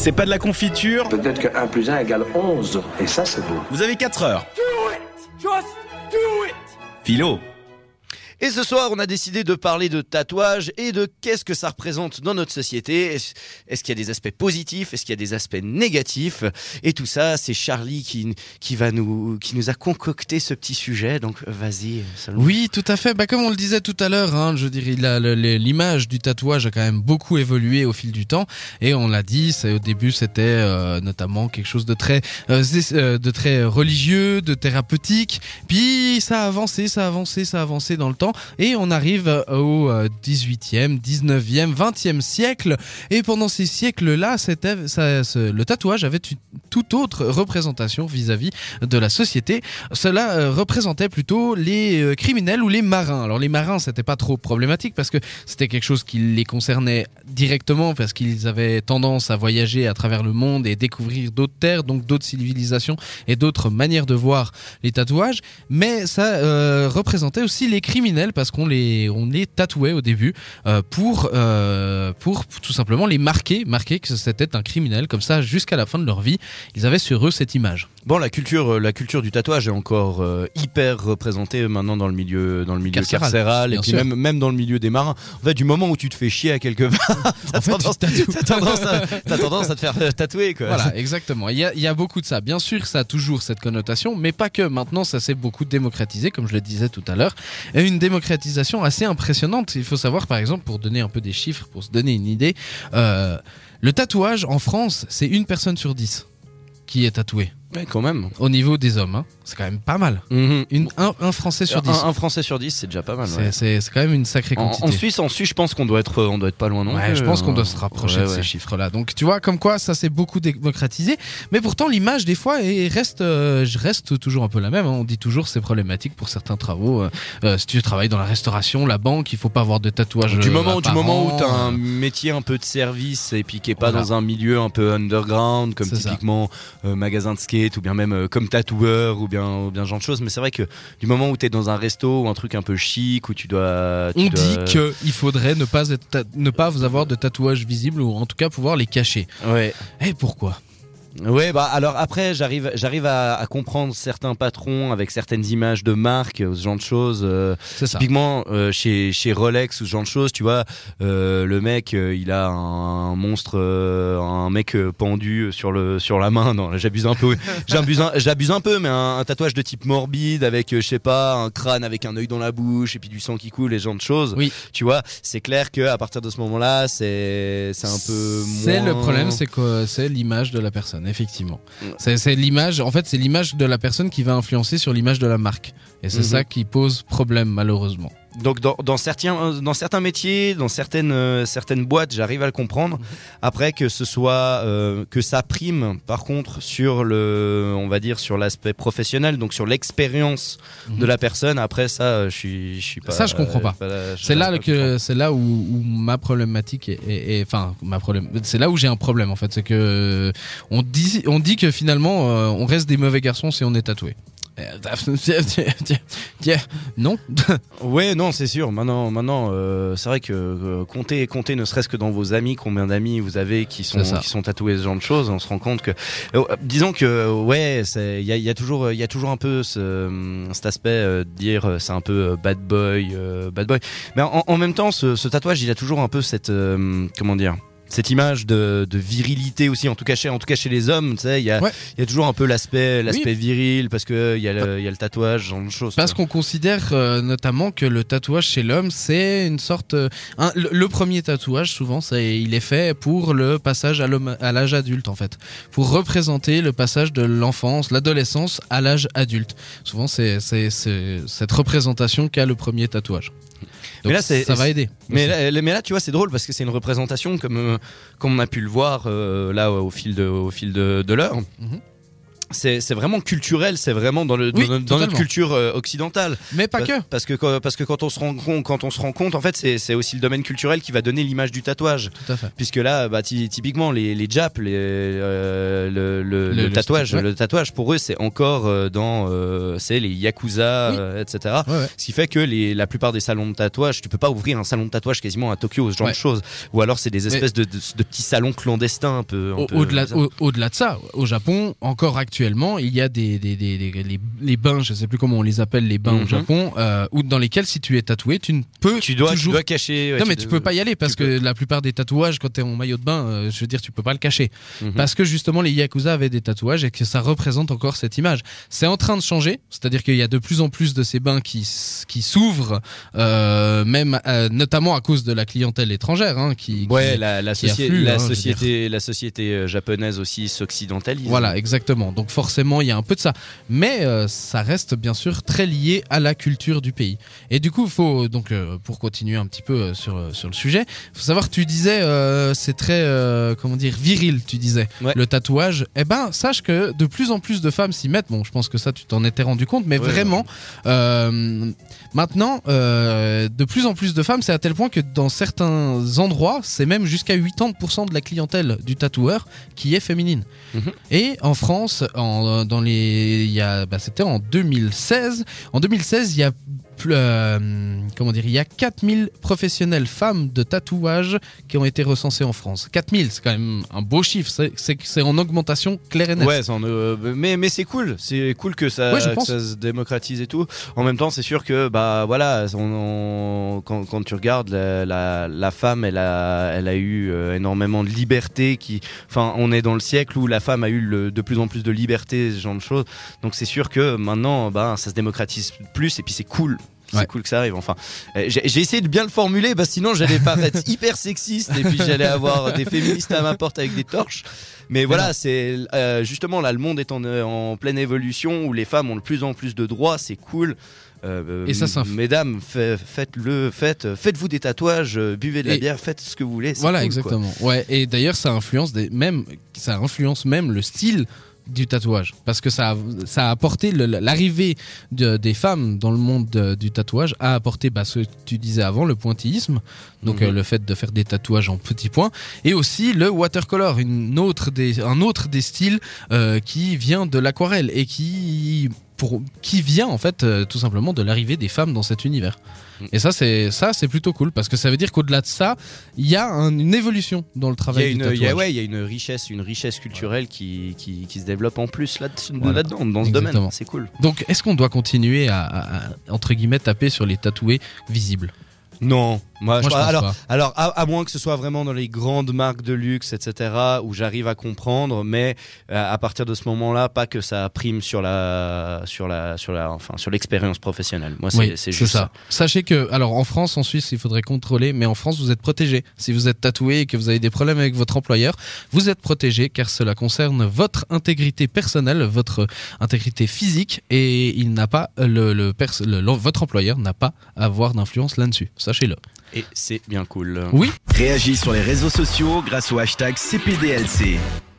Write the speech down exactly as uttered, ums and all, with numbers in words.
C'est pas de la confiture. Peut-être que un plus un égale onze, et ça c'est beau. Vous avez quatre heures. Do it! Just do it! Philo. Et ce soir, on a décidé de parler de tatouage et de qu'est-ce que ça représente dans notre société. Est-ce, est-ce qu'il y a des aspects positifs? Est-ce qu'il y a des aspects négatifs? Et tout ça, c'est Charlie qui, qui, va nous, qui nous a concocté ce petit sujet. Donc, vas-y, Salomon. Oui, tout à fait. Bah, comme on le disait tout à l'heure, hein, je dirais, la, la, l'image du tatouage a quand même beaucoup évolué au fil du temps. Et on l'a dit, c'est, au début, c'était euh, notamment quelque chose de très, euh, de très religieux, de thérapeutique. Puis, ça a avancé, ça a avancé, ça a avancé dans le temps. Et on arrive au dix-huitième, dix-neuvième, vingtième siècle. Et pendant ces siècles-là, c'était, ça, ce, le tatouage avait une toute autre représentation vis-à-vis de la société. Cela euh, représentait plutôt les euh, criminels ou les marins. Alors les marins, c'était pas trop problématique parce que c'était quelque chose qui les concernait directement parce qu'ils avaient tendance à voyager à travers le monde et découvrir d'autres terres, donc d'autres civilisations et d'autres manières de voir les tatouages. Mais ça euh, représentait aussi les criminels parce qu'on les on les tatouait au début euh, pour euh, pour tout simplement les marquer, marquer que c'était un criminel, comme ça jusqu'à la fin de leur vie, ils avaient sur eux cette image. Bon, la culture, la culture du tatouage est encore euh, hyper représentée maintenant dans le milieu, dans le milieu carcéral, carcéral et puis sûr. même même dans le milieu des marins. En fait, du moment où tu te fais chier à quelque part, t'as, en fait, tendance, t'as, t'as, tendance à, t'as tendance à te faire tatouer, quoi. Voilà, exactement. Il y a, il y a beaucoup de ça. Bien sûr, ça a toujours cette connotation, mais pas que. Maintenant, ça s'est beaucoup démocratisé, comme je le disais tout à l'heure, et une démocratisation assez impressionnante. Il faut savoir, par exemple, pour donner un peu des chiffres, pour se donner une idée, euh, le tatouage en France, c'est une personne sur dix qui est tatouée. Ouais, quand même. Au niveau des hommes, hein. C'est quand même pas mal. Mm-hmm. Une, un, un Français sur dix. Un, un Français sur dix, c'est déjà pas mal. C'est, ouais. c'est, c'est quand même une sacrée En, quantité. en Suisse, en Suisse, je pense qu'on doit être, on doit être pas loin non Ouais, plus. je pense qu'on hein. doit se rapprocher ouais, de ouais. ces chiffres-là. Donc, tu vois, comme quoi, ça s'est beaucoup démocratisé. Mais pourtant, l'image, des fois, est, reste, euh, reste toujours un peu la même. Hein. On dit toujours, c'est problématique pour certains travaux. Euh, euh, si tu travailles dans la restauration, la banque, il faut pas avoir de tatouage. Du euh, moment, du moment où t'as un euh, métier un peu de service et puis qui est pas Voilà. dans un milieu un peu underground, comme C'est typiquement euh, magasin de skate ou bien même euh, comme tatoueur ou bien, ou bien ce genre de choses. Mais c'est vrai que du moment où t'es dans un resto ou un truc un peu chic où tu dois. Tu On dois... dit qu'il faudrait ne pas, être ta- ne pas vous avoir de tatouages visibles ou en tout cas pouvoir les cacher. Ouais. Et pourquoi ? Ouais, bah alors après j'arrive j'arrive à, à comprendre certains patrons avec certaines images de marque, ce genre de choses. Euh, C'est ça. typiquement euh, chez chez Rolex ou ce genre de choses, tu vois, euh, le mec euh, il a un monstre, euh, un mec euh, pendu sur le sur la main. Non, là, j'abuse un peu, j'abuse un, j'abuse un peu, mais un, un tatouage de type morbide avec euh, je sais pas un crâne avec un œil dans la bouche et puis du sang qui coule, et ce genre de choses. Oui. Tu vois, c'est clair que à partir de ce moment-là, c'est c'est un peu C'est moins... le problème, c'est que c'est l'image de la personne, effectivement. C'est, c'est l'image, en fait, c'est l'image de la personne qui va influencer sur l'image de la marque. Et c'est Mhm. ça qui pose problème, malheureusement. Donc dans, dans certains dans certains métiers, dans certaines euh, certaines boîtes, j'arrive à le comprendre. Après que ce soit euh, que ça prime, par contre sur le, on va dire sur l'aspect professionnel, donc sur l'expérience Mhm. de la personne. Après ça, je suis je suis pas. Ça, je comprends pas. pas là- je C'est là pas que c'est là où, où ma problématique est, est- est- enfin ma problème, c'est là où j'ai un problème en fait, c'est que euh, on dit on dit que finalement euh, on reste des mauvais garçons si on est tatoué. Non. Ouais, non, c'est sûr. Maintenant, maintenant, euh, c'est vrai que euh, compter, compter, ne serait-ce que dans vos amis, combien d'amis vous avez qui sont, C'est ça. qui sont tatoués ce genre de choses, on se rend compte que, euh, disons que, ouais, c'est, il y a, il y a toujours, il y a toujours un peu ce, cet aspect euh, de dire, euh, c'est un peu euh, bad boy, euh, bad boy. Mais en, en même temps, ce, ce tatouage, il a toujours un peu cette, euh, comment dire. Cette image de, de virilité aussi, en tout cas chez, en tout cas chez les hommes, tu sais, il y a, Ouais. il y a toujours un peu l'aspect, l'aspect Oui. viril parce que il y a le, il y a le tatouage, ce genre de choses. Parce quoi. qu'on considère euh, notamment que le tatouage chez l'homme, c'est une sorte, euh, un- le, le premier tatouage souvent, c'est, il est fait pour le passage à, l'homme, à l'âge adulte en fait, pour représenter le passage de l'enfance, l'adolescence à l'âge adulte. Souvent, c'est, c'est, c'est cette représentation qu'a le premier tatouage. Donc, Mais là, c'est- ça va aider. Mais aussi. là, mais là, tu vois, c'est drôle parce que c'est une représentation comme, euh, comme on a pu le voir euh, là au fil de, au fil de, de l'heure. Mhm. c'est, c'est vraiment culturel, c'est vraiment dans, le, Oui, dans, dans notre totalement. culture euh, occidentale. Mais pas Pa- que. Parce que, quand- parce que quand on se rend compte, quand on se rend compte, en fait, c'est, c'est aussi le domaine culturel qui va donner l'image du tatouage. Tout à fait. Puisque là, bah, ty- typiquement, les, les Japs, les, euh, le, le, Le- le le tatouage, style, ouais. le tatouage pour eux, c'est encore euh, dans, euh, c'est les yakuza, Oui. euh, et cetera. Ouais, ouais. Ce qui fait que les, la plupart des salons de tatouage, tu peux pas ouvrir un salon de tatouage quasiment à Tokyo, ce genre Ouais. de choses. Ou alors c'est des Mais- espèces de, de, de petits salons clandestins un peu. un Au- peu Au-delà, bizarres. au- au-delà de ça, au Japon, encore actuellement, il y a des, des, des, des- les, les bains, je sais plus comment on les appelle, les bains au Mhm. Japon, euh, où, dans lesquels si tu es tatoué, tu ne peux Tu dois, tu toujours. dois cacher. ouais, non mais tu peux pas y aller parce tu que la plupart des tatouages quand t'es en maillot de bain, euh, je veux dire tu peux pas le cacher Mhm. parce que justement les yakuza avaient des tatouages et que ça représente encore cette image. C'est en train de changer, c'est-à-dire qu'il y a de plus en plus de ces bains qui s- qui s'ouvrent, euh, même euh, notamment à cause de la clientèle étrangère, hein, qui, Ouais, qui- la, la, qui soci- afflue, la hein, je veux société, la société euh, japonaise aussi s'occidentalise. Voilà, exactement. Donc forcément, il y a un peu de ça. Mais euh, ça reste bien sûr très lié à la culture du pays. Et du coup, faut donc euh, pour continuer un petit peu euh, sur euh, sur le sujet, faut savoir que tu disais euh, c'est très euh, comment dire viril, tu disais Ouais. le tatouage. Eh ben, sache que de plus en plus de femmes s'y mettent. Bon, je pense que ça tu t'en étais rendu compte, mais Ouais, vraiment euh, maintenant euh, de plus en plus de femmes, c'est à tel point que dans certains endroits, c'est même jusqu'à quatre-vingts pour cent de la clientèle du tatoueur qui est féminine. Mhm. Et en France, en, dans les, il y a, bah, c'était en deux mille seize. En deux mille seize, il y a plus, euh, comment dire, il y a quatre mille professionnels femmes de tatouage qui ont été recensés en France. quatre mille, c'est quand même un beau chiffre. C'est, c'est, c'est en augmentation claire et nette. Ouais, c'est en, euh, mais mais c'est cool, c'est cool que ça, Ouais, je que pense. ça se démocratise et tout. En même temps, c'est sûr que bah voilà, on, on- quand, quand tu regardes la, la, la femme, elle a elle a eu euh, énormément de liberté. Qui, enfin, on est dans le siècle où la femme a eu le- de plus en plus de liberté, ce genre de choses. Donc c'est sûr que maintenant, bah ça se démocratise plus et puis c'est cool. C'est Ouais. cool que ça arrive. Enfin, euh, j'ai, j'ai essayé de bien le formuler, parce que sinon j'allais paraître hyper sexiste et puis j'allais avoir des féministes à ma porte avec des torches. Mais voilà, c'est euh, justement là, le monde est en, en pleine évolution où les femmes ont de plus en plus de droits. C'est cool. Euh, Et ça, c'est un f- mesdames, fait- faites-le, faites, faites-vous des tatouages, euh, buvez de la Et- bière, faites ce que vous voulez. c'est Voilà, cool, quoi. exactement. Ouais. Et d'ailleurs, ça influence des, même, ça influence même le style du tatouage, parce que ça a, ça a apporté le- l'arrivée de- des femmes dans le monde de- du tatouage a apporté bah, ce que tu disais avant, le pointillisme, donc Mhm. euh, le fait de faire des tatouages en petits points, et aussi le watercolor, une autre des, un autre des styles euh, qui vient de l'aquarelle et qui pour, qui vient en fait euh, tout simplement de l'arrivée des femmes dans cet univers. Mhm. Et ça c'est ça c'est plutôt cool parce que ça veut dire qu'au-delà de ça, il y a un- une évolution dans le Il y travail a du une, tatouage. il y a, ouais, il y a une richesse, une richesse culturelle qui, qui, qui se développe en plus là, Voilà. là-dedans, dans ce Exactement. domaine. C'est cool. Donc, est-ce qu'on doit continuer à, à- à, entre guillemets, taper sur les tatoués visibles? Non, moi, Moi, je, je pense alors, pas. alors à, à moins que ce soit vraiment dans les grandes marques de luxe, et cetera, où j'arrive à comprendre, mais euh, à partir de ce moment-là, pas que ça prime sur la, sur la, sur la, enfin, sur l'expérience professionnelle. Moi, c'est, Oui, c'est juste ça. Sachez que, alors en France, en Suisse, il faudrait contrôler, mais en France, vous êtes protégé. Si vous êtes tatoué et que vous avez des problèmes avec votre employeur, vous êtes protégé car cela concerne votre intégrité personnelle, votre intégrité physique, et il n'a pas le, le, pers- le- le- votre employeur n'a pas à avoir d'influence là-dessus. Sachez-le. Et c'est bien cool. Oui. Réagis sur les réseaux sociaux grâce au hashtag C P D L C.